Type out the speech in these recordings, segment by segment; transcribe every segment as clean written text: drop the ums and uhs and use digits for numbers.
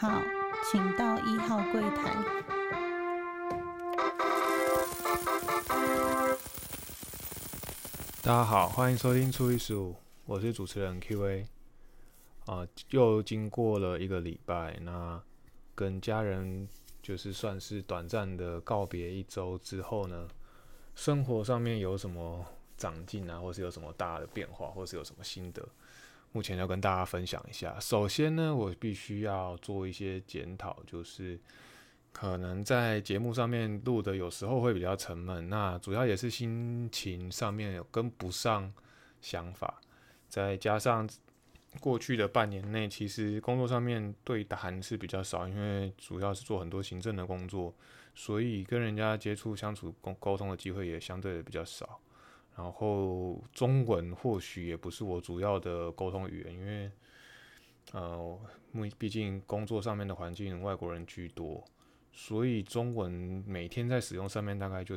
号，请到1号柜台。 大家好，欢迎收听初一十五，我是主持人 QA。又经过了一个礼拜，那跟家人就是算是短暂的告别一周之后呢，生活上面有什么长进啊，或是有什么大的变化，或是有什么心得，目前要跟大家分享一下。首先呢，我必须要做一些检讨，就是可能在节目上面录的有时候会比较沉闷，那主要也是心情上面有跟不上想法，再加上过去的半年内，其实工作上面对谈是比较少，因为主要是做很多行政的工作，所以跟人家接触、相处、沟通的机会也相对的比较少。然后中文或许也不是我主要的沟通语言，因为毕竟工作上面的环境外国人居多，所以中文每天在使用上面大概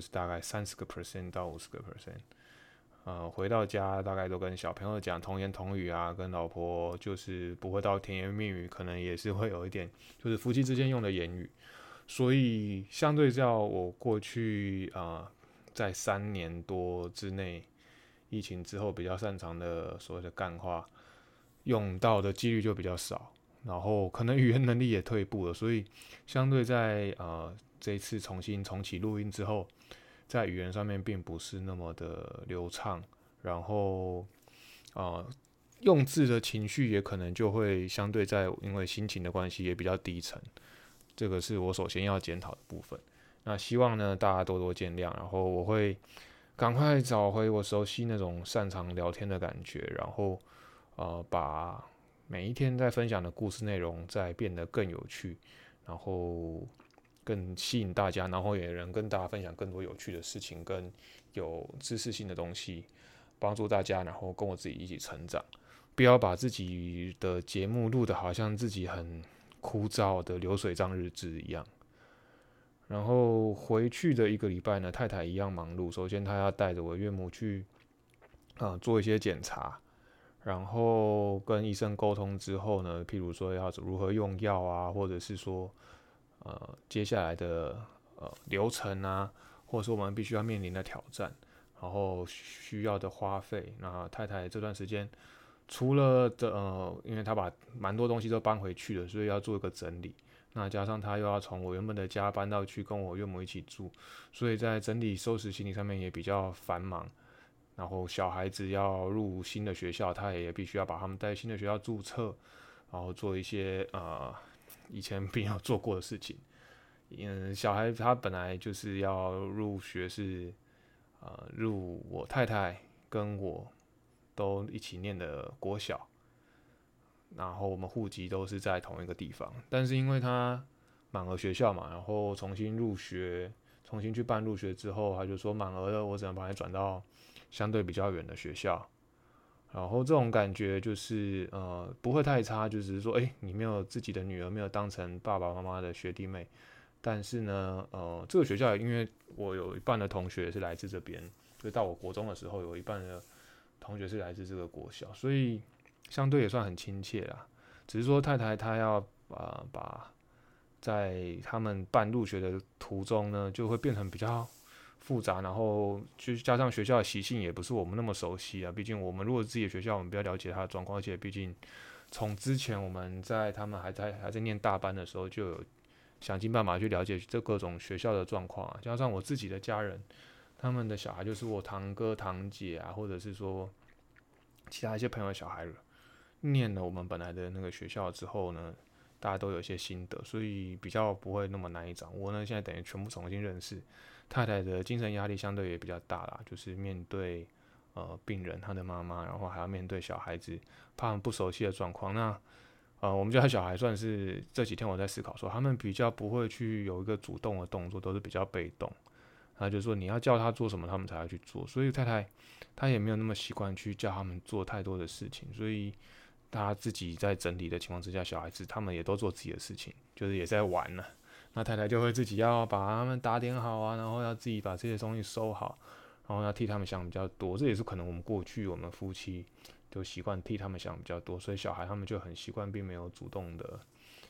30% 到50%。回到家大概都跟小朋友讲童言童语啊，跟老婆就是不会到甜言蜜语，可能也是会有一点就是夫妻之间用的言语，所以相对较我过去在3年多之内，疫情之后比较擅长的所谓的干话，用到的几率就比较少，然后可能语言能力也退步了，所以相对在这一次重启录音之后，在语言上面并不是那么的流畅，然后用字的情绪也可能就会相对在因为心情的关系也比较低沉，这个是我首先要检讨的部分。那希望呢大家多多见谅，然后我会赶快找回我熟悉那种擅长聊天的感觉，然后把每一天在分享的故事内容再变得更有趣，然后更吸引大家，然后也能跟大家分享更多有趣的事情跟有知识性的东西，帮助大家，然后跟我自己一起成长。不要把自己的节目录得好像自己很枯燥的流水账日志一样。然后回去的一个礼拜呢，太太一样忙碌。首先，她要带着我岳母去做一些检查，然后跟医生沟通之后呢，譬如说要如何用药啊，或者是说接下来的流程啊，或者是我们必须要面临的挑战，然后需要的花费。那太太这段时间除了因为她把蛮多东西都搬回去了，所以要做一个整理。那加上她又要从我原本的家搬到去跟我岳母一起住，所以在整理收拾行李上面也比较繁忙。然后小孩子要入新的学校，他也必须要把他们带新的学校注册，然后做一些以前并没有做过的事情。小孩他本来就是要入学是入我太太跟我都一起念的国小，然后我们户籍都是在同一个地方，但是因为他满额学校嘛，然后重新入学，重新去办入学之后，他就说满额了，我只能把你转到相对比较远的学校。然后这种感觉就是不会太差，就只是说，你没有自己的女儿，没有当成爸爸妈妈的学弟妹，但是呢，这个学校因为我有一半的同学是来自这边，所以到我国中的时候，有一半的同学是来自这个国小，所以相对也算很亲切啦。只是说太太她要把在他们办入学的途中呢，就会变成比较复杂，然后就加上学校的习性也不是我们那么熟悉啊。毕竟我们如果自己的学校，我们比较了解他的状况，而且毕竟从之前我们在他们还在念大班的时候，就有想尽办法去了解这各种学校的状况啊。加上我自己的家人，他们的小孩就是我堂哥堂姐啊，或者是说其他一些朋友的小孩念了我们本来的那个学校之后呢，大家都有一些心得，所以比较不会那么难以掌握。呢，现在等于全部重新认识。太太的精神压力相对也比较大啦，就是面对病人他的妈妈，然后还要面对小孩子他们不熟悉的状况。那我们家的小孩算是这几天我在思考说，他们比较不会去有一个主动的动作，都是比较被动。他就说你要叫他做什么，他们才会去做。所以太太她也没有那么习惯去叫他们做太多的事情，所以他自己在整理的情况之下，小孩子他们也都做自己的事情，就是也在玩了。那太太就会自己要把他们打点好啊，然后要自己把这些东西收好，然后要替他们想比较多。这也是可能我们过去我们夫妻就习惯替他们想比较多，所以小孩他们就很习惯，并没有主动的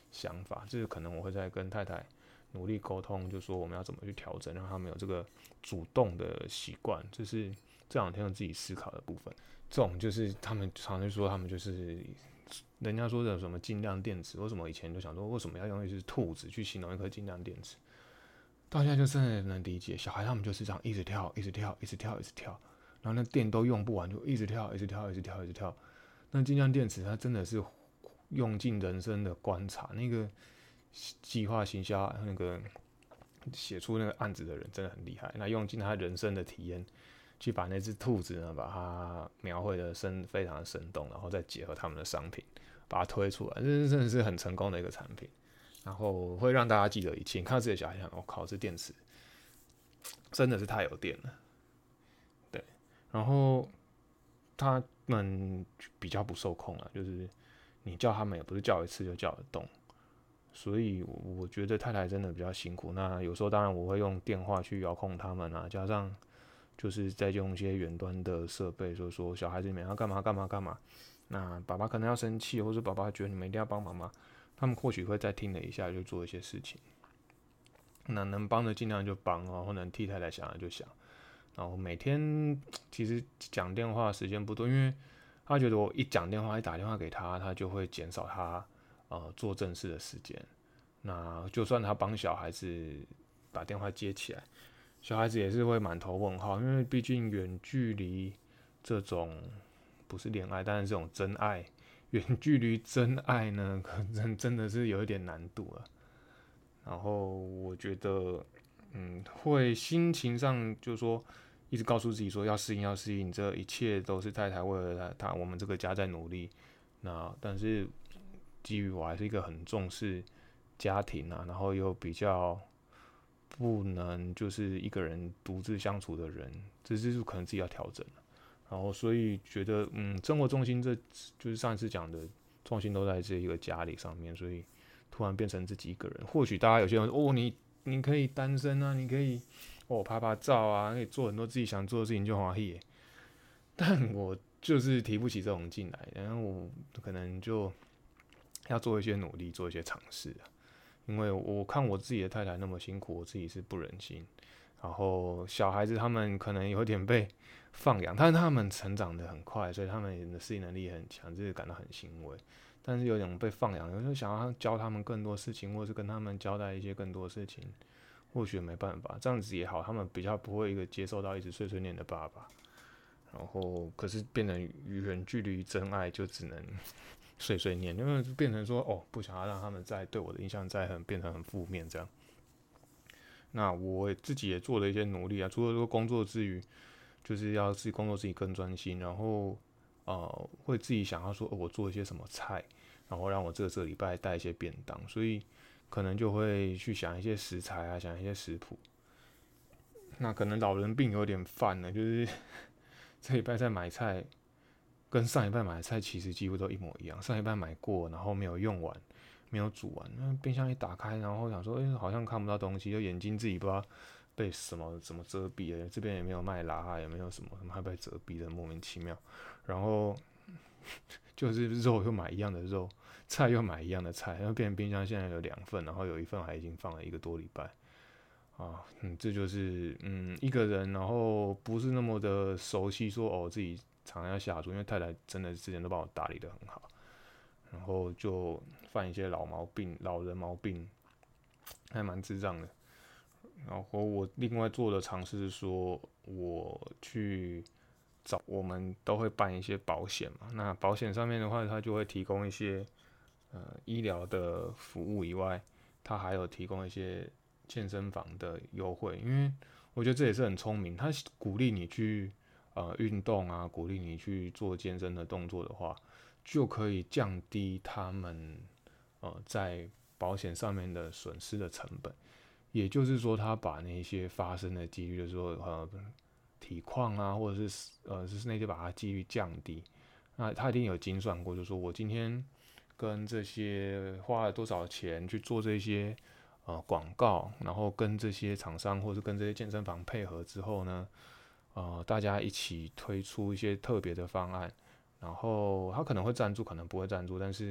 想法，这个可能我会再跟太太努力沟通，就说我们要怎么去调整，让他们有这个主动的习惯，这是这两天我自己思考的部分。这种就是他们常常说他们就是人家说的什么尽量电池，为什么以前就想说为什么要用一只兔子去形容一颗尽量电池？到现在就真的能理解，小孩他们就是这样一直跳，一直跳，一直跳，一直跳，然后那电都用不完，就一直跳，一直跳，一直跳，一直跳。那尽量电池它真的是用尽人生的观察，那个计划行销那个写出那个案子的人真的很厉害，那用尽他人生的体验。去把那只兔子呢，把它描绘的非常的生动，然后再结合他们的商品，把它推出来，这真的是很成功的一个产品。然后会让大家记得一切，你看到自己的小孩想，我靠，这电池真的是太有电了，对。然后他们比较不受控了，就是你叫他们也不是叫一次就叫得动，所以我觉得太太真的比较辛苦。那有时候当然我会用电话去遥控他们啊，加上就是在用一些远端的设备，就是说小孩子们要干嘛干嘛干嘛，那爸爸可能要生气，或者爸爸觉得你们一定要帮妈妈，他们或许会再听了一下就做一些事情。那能帮的尽量就帮，然后能替太太想的就想。然后每天其实讲电话时间不多，因为他觉得我一讲电话一打电话给他，他就会减少他做正事的时间。那就算他帮小孩子把电话接起来，小孩子也是会满头问号，因为毕竟远距离这种不是恋爱，但是这种真爱，远距离真爱呢，可能真的是有一点难度了。然后我觉得，会心情上就是说，一直告诉自己说要适应，要适应，这一切都是太太为了他我们这个家在努力。那但是基于我还是一个很重视家庭啊，然后又比较不能就是一个人独自相处的人，这是可能自己要调整的。然后所以觉得，生活重心就是上一次讲的重心都在这一个家里上面，所以突然变成自己一个人。或许大家有些人说，哦，你可以单身啊，你可以拍拍照啊，可以做很多自己想做的事情就欢喜。但我就是提不起这种劲来，然后我可能就要做一些努力，做一些尝试啊。因为我看我自己的太太那么辛苦，我自己是不忍心。然后小孩子他们可能有点被放养，但是他们成长得很快，所以他们的适应能力也很强，这是感到很欣慰。但是有点被放养，有时候想要教他们更多事情，或是跟他们交代一些更多事情，或许没办法，这样子也好，他们比较不会一个接受到一直碎碎念的爸爸。然后可是变成远距离真爱，就只能碎碎念，因为变成说不想要让他们再对我的印象变成很负面这样。那我自己也做了一些努力啊，除了说工作之余，就是要自己工作自己更专心，然后会自己想要说我做一些什么菜，然后让我这个礼拜带一些便当，所以可能就会去想一些食材啊，想一些食谱。那可能老人病有点犯了，就是这礼拜在买菜，跟上礼拜买的菜其实几乎都一模一样。上礼拜买过，然后没有用完，没有煮完。那冰箱一打开，然后想说，好像看不到东西，就眼睛自己不知道被什么遮蔽了。这边也没有卖拉，也没有什么还被遮蔽的莫名其妙。然后就是肉又买一样的肉，菜又买一样的菜，然后变成冰箱现在有2份，然后有1份还已经放了1个多礼拜。这就是一个人，然后不是那么的熟悉说自己常常要下厨，因为太太真的之前都把我打理得很好，然后就犯一些老人毛病，还蛮智障的。然后我另外做的尝试是说，我去找我们都会办一些保险嘛，那保险上面的话，它就会提供一些医疗的服务以外，它还有提供一些健身房的优惠，因为我觉得这也是很聪明，它鼓励你去运动啊，鼓励你去做健身的动作的话，就可以降低他们在保险上面的损失的成本。也就是说，他把那些发生的几率，就是说体况啊，或者是就是那些把它几率降低。那他一定有精算过，就是说我今天跟这些花了多少钱去做这些广告，然后跟这些厂商或是跟这些健身房配合之后呢，大家一起推出一些特别的方案，然后他可能会赞助，可能不会赞助，但是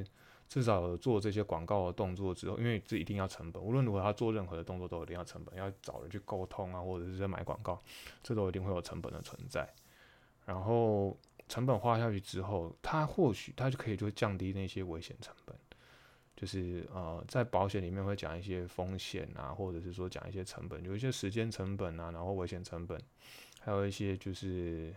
至少有做这些广告的动作之后，因为这一定要成本，无论如何他做任何的动作都一定要成本，要找人去沟通啊，或者是在买广告，这都一定会有成本的存在。然后成本花下去之后，他或许他就可以就降低那些危险成本。就是在保险里面会讲一些风险啊，或者是说讲一些成本，有一些时间成本啊，然后危险成本，还有一些就是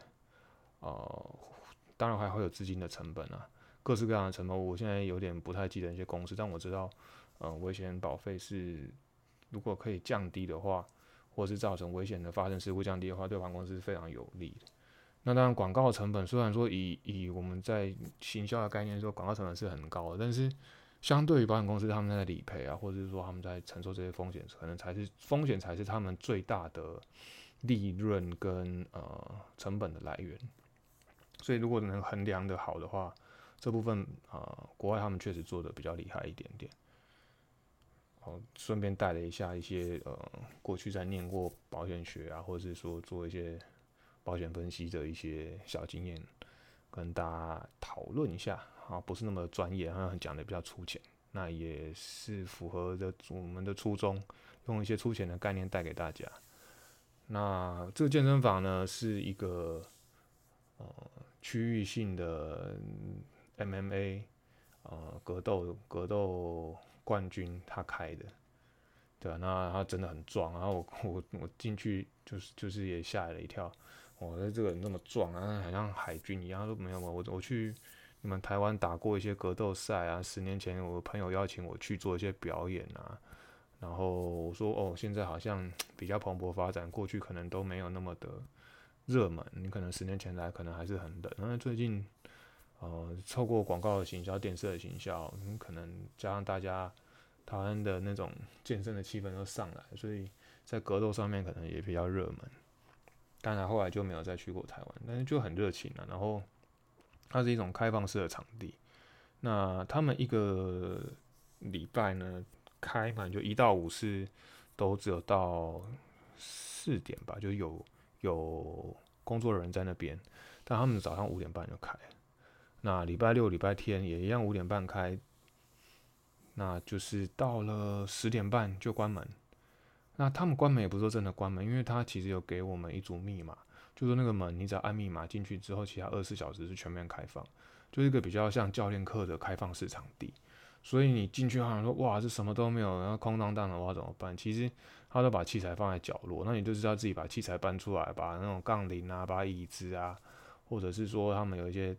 当然还会有资金的成本啊，各式各样的成本。我现在有点不太记得一些公式，但我知道，危险保费是如果可以降低的话，或是造成危险的发生事故降低的话，对保险公司是非常有利的。那当然，广告成本虽然说以我们在行销的概念说，广告成本是很高的，但是相对于保险公司他们在理赔啊，或者是说他们在承受这些风险，可能风险才是他们最大的利润跟成本的来源。所以如果能衡量的好的话，这部分国外他们确实做的比较厉害一点点。顺便带了一下一些过去在念过保险学啊，或者是说做一些保险分析的一些小经验，跟大家讨论一下啊，不是那么专业，好像讲的比较粗浅，那也是符合的我们的初衷，用一些粗浅的概念带给大家。那这个健身房呢，是一个区域性的 MMA 格斗冠军他开的，对啊，那他真的很壮，然后我进去就是也吓了一跳，这个人那么壮啊，好像海军一样。他说没有，我去你们台湾打过一些格斗赛啊，10年前我朋友邀请我去做一些表演啊，然后我说现在好像比较蓬勃发展，过去可能都没有那么的热门，你可能10年前来可能还是很冷，那最近透过广告的行销、电视的行销，可能加上大家台湾的那种健身的气氛都上来，所以在格斗上面可能也比较热门。当然后来就没有再去过台湾，但是就很热情啊。然后它是一种开放式的场地，那他们一个礼拜呢开满就1到5是都只有到4点吧，就有工作人员在那边，但他们早上5点半就开了。那礼拜六、礼拜天也一样5点半开，那就是到了10点半就关门。那他们关门也不是说真的关门，因为他其实有给我们一组密码，就说那个门你只要按密码进去之后，其他24小时是全面开放，就是一个比较像教练课的开放式场地。所以你进去好像说哇这什么都没有，然后空荡荡的，我要怎么办？其实他都把器材放在角落，那你就是要自己把器材搬出来，把那种杠铃啊，把椅子啊，或者是说他们有一些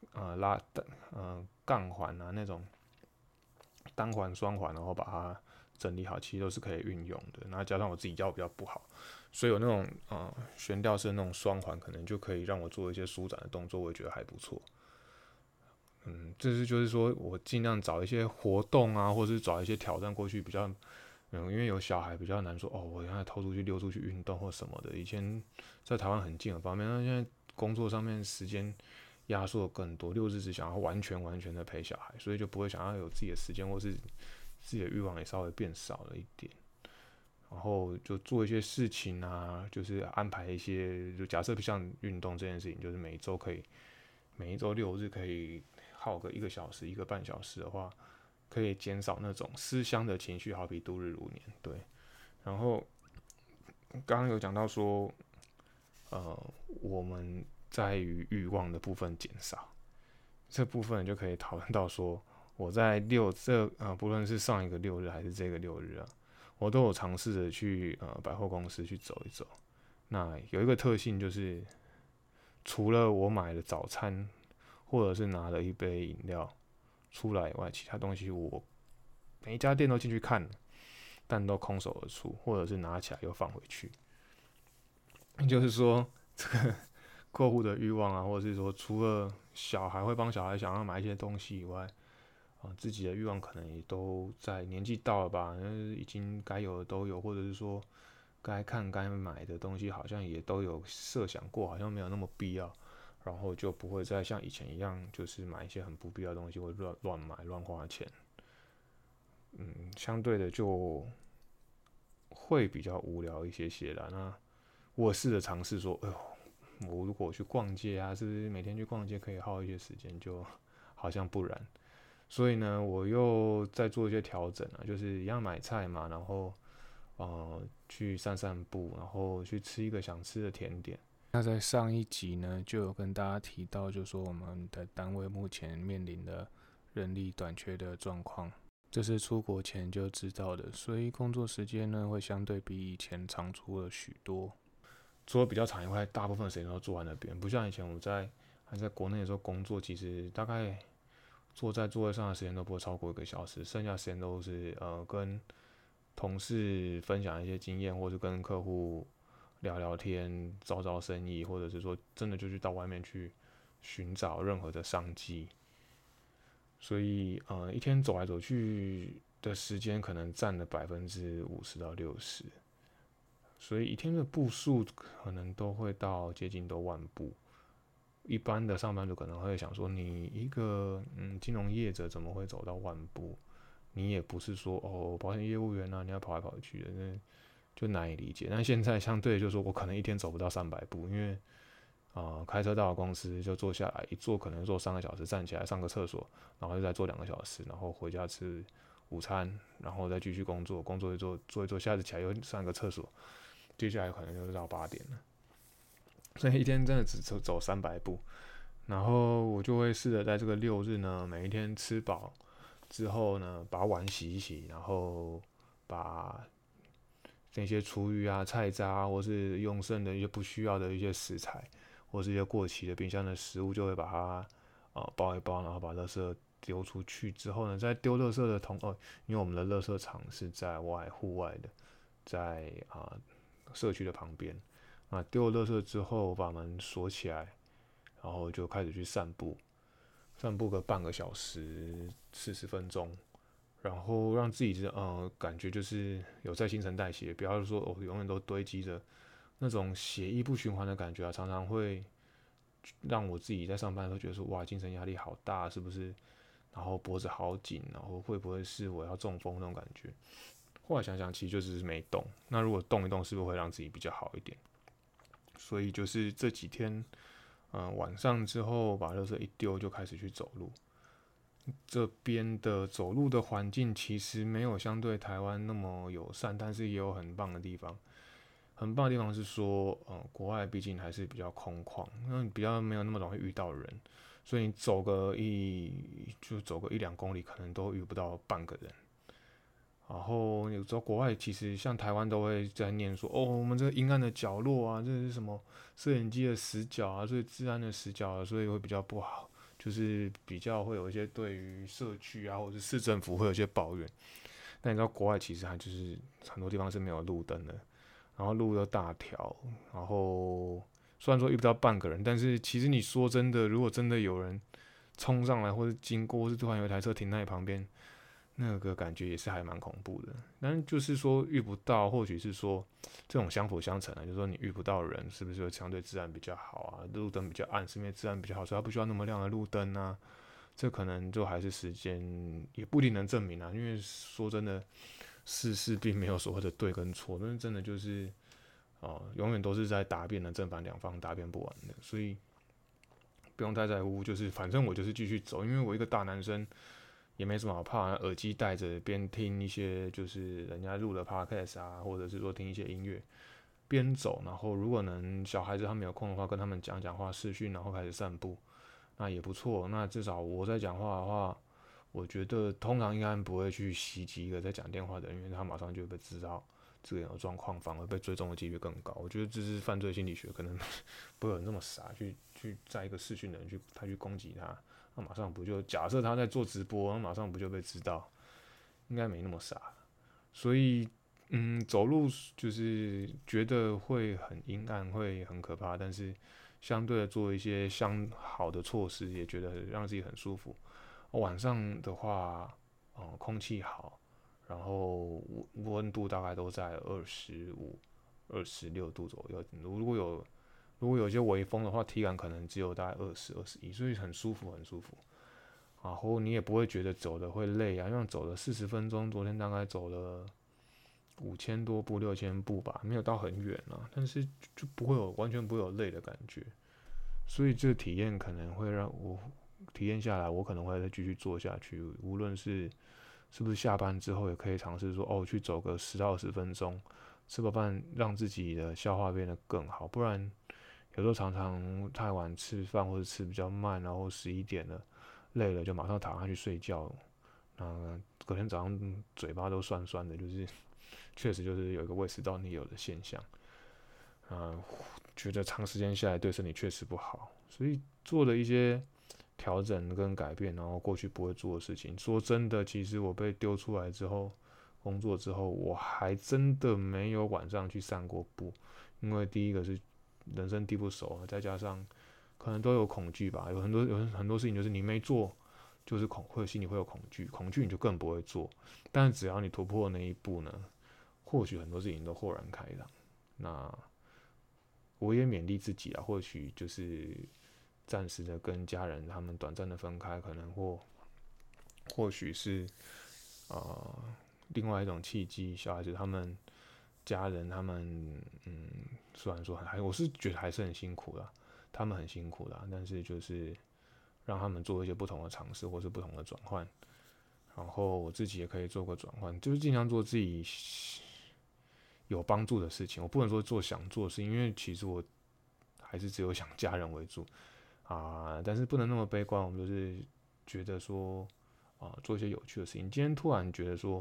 杠环啊那种单环、双环，然后把它整理好，其实都是可以运用的。然后加上我自己腰比较不好，所以有那种悬吊式的那种双环，可能就可以让我做一些舒展的动作，我也觉得还不错。这是就是说我尽量找一些活动啊，或者是找一些挑战过去比较，因为有小孩比较难说我现在偷出去溜出去运动或什么的。以前在台湾很近很方便，那现在工作上面时间压缩更多，6日只想要完全的陪小孩，所以就不会想要有自己的时间，或是自己的欲望也稍微变少了一点。然后就做一些事情啊，就是安排一些，就假设像运动这件事情，就是每一周6日可以耗个1个小时、1个半小时的话，可以减少那种思乡的情绪，好比度日如年。对，然后刚刚有讲到说，我们在于欲望的部分减少，这部分就可以讨论到说，我在不论是上一个6日还是这个6日啊，我都有尝试着去百货公司去走一走。那有一个特性就是，除了我买了早餐或者是拿了一杯饮料出来以外，其他东西我每一家店都进去看了，但都空手而出，或者是拿起来又放回去。就是说，这个购物的欲望啊，或者是说，除了小孩会帮小孩想要买一些东西以外，自己的欲望可能也都在年纪到了吧，已经该有的都有，或者是说该看该买的东西好像也都有设想过，好像没有那么必要，然后就不会再像以前一样，就是买一些很不必要的东西，或者乱买乱花钱。相对的就会比较无聊一些啦。那我试着尝试说，我如果去逛街啊，是不是每天去逛街可以耗一些时间？就好像不然。 所以呢，我又在做一些调整啊，就是一样买菜嘛，然后去散散步，然后去吃一个想吃的甜点。那在上一集呢，就有跟大家提到，就说我们的单位目前面临的人力短缺的状况，这是出国前就知道的，所以工作时间呢会相对比以前长出了许多。除了比较长以外，大部分时间都坐在那边，不像以前我还在国内的时候工作，其实大概坐在座位上的时间都不会超过1个小时，剩下时间都是跟同事分享一些经验，或是跟客户聊聊天、招生意，或者是说真的就去到外面去寻找任何的商机。所以一天走来走去的时间可能占了50%到60%，所以一天的步数可能都会到接近多万步。一般的上班族可能会想说，你一个金融业者怎么会走到万步？你也不是说保险业务员啊，你要跑来跑去的，那就难以理解。但现在相对就是说我可能一天走不到300步，因为开车到了公司就坐下来，一坐可能坐3个小时，站起来上个厕所，然后又再坐2个小时，然后回家吃午餐，然后再继续工作，工作一做，下次起来又上个厕所，接下来可能就是到8点了。所以一天真的只走300步，然后我就会试着在这个6日呢，每一天吃饱之后呢，把碗洗一洗，然后把那些厨余啊、菜渣，或是用剩的一些不需要的一些食材，或是一些过期的冰箱的食物，就会把它包一包，然后把垃圾丢出去之后呢，在丢垃圾的因为我们的垃圾场是在户外的，在社区的旁边。丢了垃圾之后，把门锁起来，然后就开始去散步，散步个半个小时、40分钟，然后让自己感觉就是有在新陈代谢，不要说永远都堆积着那种血液不循环的感觉啊，常常会让我自己在上班的时候觉得说哇，精神压力好大，是不是？然后脖子好紧，然后会不会是我要中风那种感觉？后来想想，其实就只是没动。那如果动一动，是不是会让自己比较好一点？所以就是这几天，晚上之后把垃圾一丢，就开始去走路。这边的走路的环境其实没有相对台湾那么友善，但是也有很棒的地方。很棒的地方是说，国外毕竟还是比较空旷，那比较没有那么容易遇到人，所以你走个1-2公里，可能都遇不到半个人。然后有时候国外其实像台湾都会在念说，我们这个阴暗的角落啊，这是什么摄影机的死角啊，所以治安的死角啊，所以会比较不好，就是比较会有一些对于社区啊或者是市政府会有一些抱怨。但你知道国外其实还就是很多地方是没有路灯的，然后路又大条，然后虽然说遇不到半个人，但是其实你说真的，如果真的有人冲上来或者经过，或是突然有一台车停在你旁边，那个感觉也是还蛮恐怖的。但就是说遇不到，或许是说这种相辅相成啊，就是说你遇不到人，是不是相对治安比较好啊？路灯比较暗，是因为治安比较好，所以它不需要那么亮的路灯啊。这可能就还是时间也不一定能证明啊，因为说真的，世事并没有所谓的对跟错，但是真的就是永远都是在答辩的正反两方答辩不完的，所以不用太在乎，就是反正我就是继续走，因为我一个大男生。也没什么好怕，耳机戴着边听一些就是人家录的 podcast 啊，或者是说听一些音乐，边走，然后如果能小孩子他们有空的话，跟他们讲讲话视讯，然后开始散步，那也不错。那至少我在讲话的话，我觉得通常应该不会去袭击一个在讲电话的人，因为他马上就会被知道这个人有状况，反而被追踪的几率更高。我觉得这是犯罪心理学，可能不会有人那么傻去在一个视讯的人去攻击他。那马上不就假设他在做直播，那马上不就被知道？应该没那么傻。所以，走路就是觉得会很阴暗，会很可怕，但是相对的做一些好的措施，也觉得让自己很舒服。晚上的话，空气好，然后温度大概都在25、26度左右。如果有一些微风的话，体感可能只有大概20、21，所以很舒服，很舒服。然后你也不会觉得走的会累啊，因为走了40分钟，昨天大概走了5000多步、6000步吧，没有到很远啊，但是就不会完全不会有累的感觉。所以这个体验可能会让我体验下来，我可能会再继续做下去，无论是不是下班之后也可以尝试说，去走个10到20分钟，吃饱饭让自己的消化变得更好，不然有时候常常太晚吃饭或者吃比较慢，然后11点了，累了就马上躺下去睡觉，隔天早上嘴巴都酸酸的，就是确实就是有一个胃食道逆流的现象，觉得长时间下来对身体确实不好，所以做了一些调整跟改变，然后过去不会做的事情。说真的，其实我被丢出来之后，工作之后，我还真的没有晚上去散过步，因为第一个是人生地不熟啊，再加上可能都有恐惧吧，有很多事情就是你没做，就是心里会有恐惧，恐惧你就更不会做。但是只要你突破那一步呢，或许很多事情都豁然开朗。那我也勉励自己啊，或许就是暂时的跟家人他们短暂的分开，可能或许是另外一种契机，小孩子他们家人他们虽然说我是觉得还是很辛苦啦，他们很辛苦啦，但是就是让他们做一些不同的尝试或是不同的转换，然后我自己也可以做个转换，就是尽量做自己有帮助的事情。我不能说做想做的事情，因为其实我还是只有想家人为主但是不能那么悲观。我们就是觉得说做一些有趣的事情。今天突然觉得说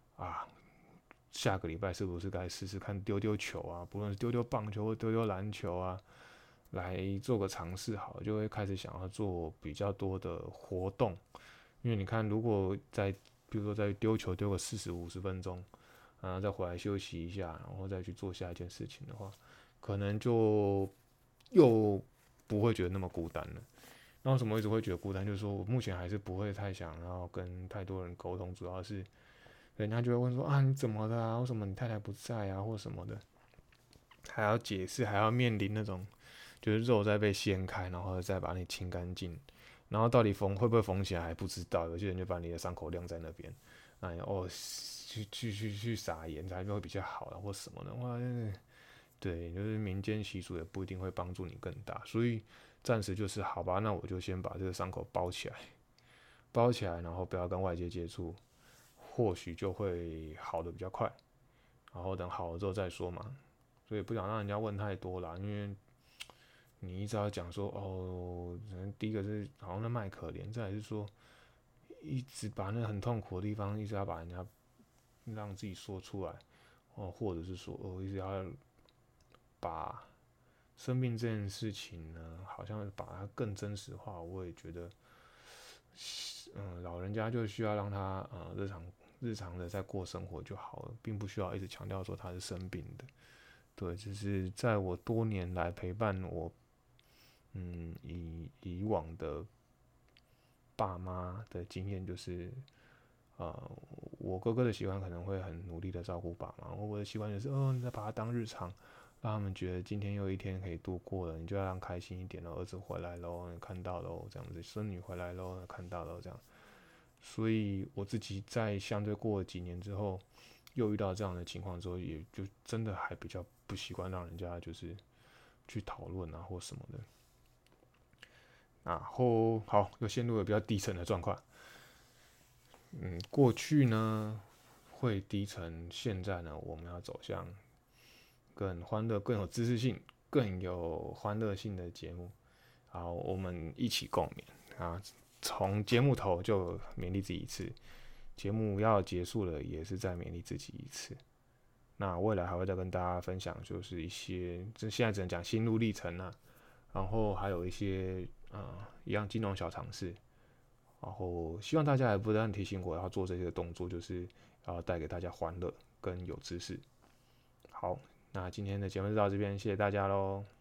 下个礼拜是不是该试试看丢丢球啊？不论是丢丢棒球或丢丢篮球啊，来做个尝试好了，就会开始想要做比较多的活动。因为你看，如果比如说在丢球丢个40-50分钟，再回来休息一下，然后再去做下一件事情的话，可能就又不会觉得那么孤单了。那为什么我一直会觉得孤单？就是说我目前还是不会太想要跟太多人沟通，主要是人家就会问说你怎么了啊？为什么你太太不在啊？或什么的，还要解释，还要面临那种就是肉在被掀开，然后再把你清干净，然后到底会不会缝起来还不知道。有些人就把你的伤口晾在那边，去撒盐才会比较好啊，或什么的。哇，对，就是民间习俗也不一定会帮助你更大，所以暂时就是好吧，那我就先把这个伤口包起来，然后不要跟外界接触，或许就会好的比较快，然后等好了之后再说嘛。所以不想让人家问太多啦，因为你一直要讲说第一个是好像在卖可怜，再来是说一直把那很痛苦的地方一直要把人家让自己说出来，或者是说一直要把生病这件事情呢，好像把它更真实化。我也觉得，老人家就需要让他日常的在过生活就好了，并不需要一直强调说他是生病的。对，就是在我多年来陪伴我，以往的爸妈的经验就是，我哥哥的习惯可能会很努力的照顾爸妈，我的习惯就是你再把它当日常，让他们觉得今天又一天可以度过了，你就要让开心一点了。儿子回来喽，你看到喽，这样子；孙女回来喽，看到喽，这样。所以我自己在相对过了几年之后，又遇到这样的情况之后，也就真的还比较不习惯让人家就是去讨论或什么的。然后好，又陷入了比较低沉的状况。过去呢会低沉，现在呢我们要走向更欢乐、更有知识性、更有欢乐性的节目。好，我们一起共勉从节目头就勉励自己一次，节目要结束了也是再勉励自己一次。那未来还会再跟大家分享，就是一些现在只能讲心路历程然后还有一些一样金融小常识。然后希望大家也不断提醒我要做这些动作，就是要带给大家欢乐跟有知识。好，那今天的节目就到这边，谢谢大家喽。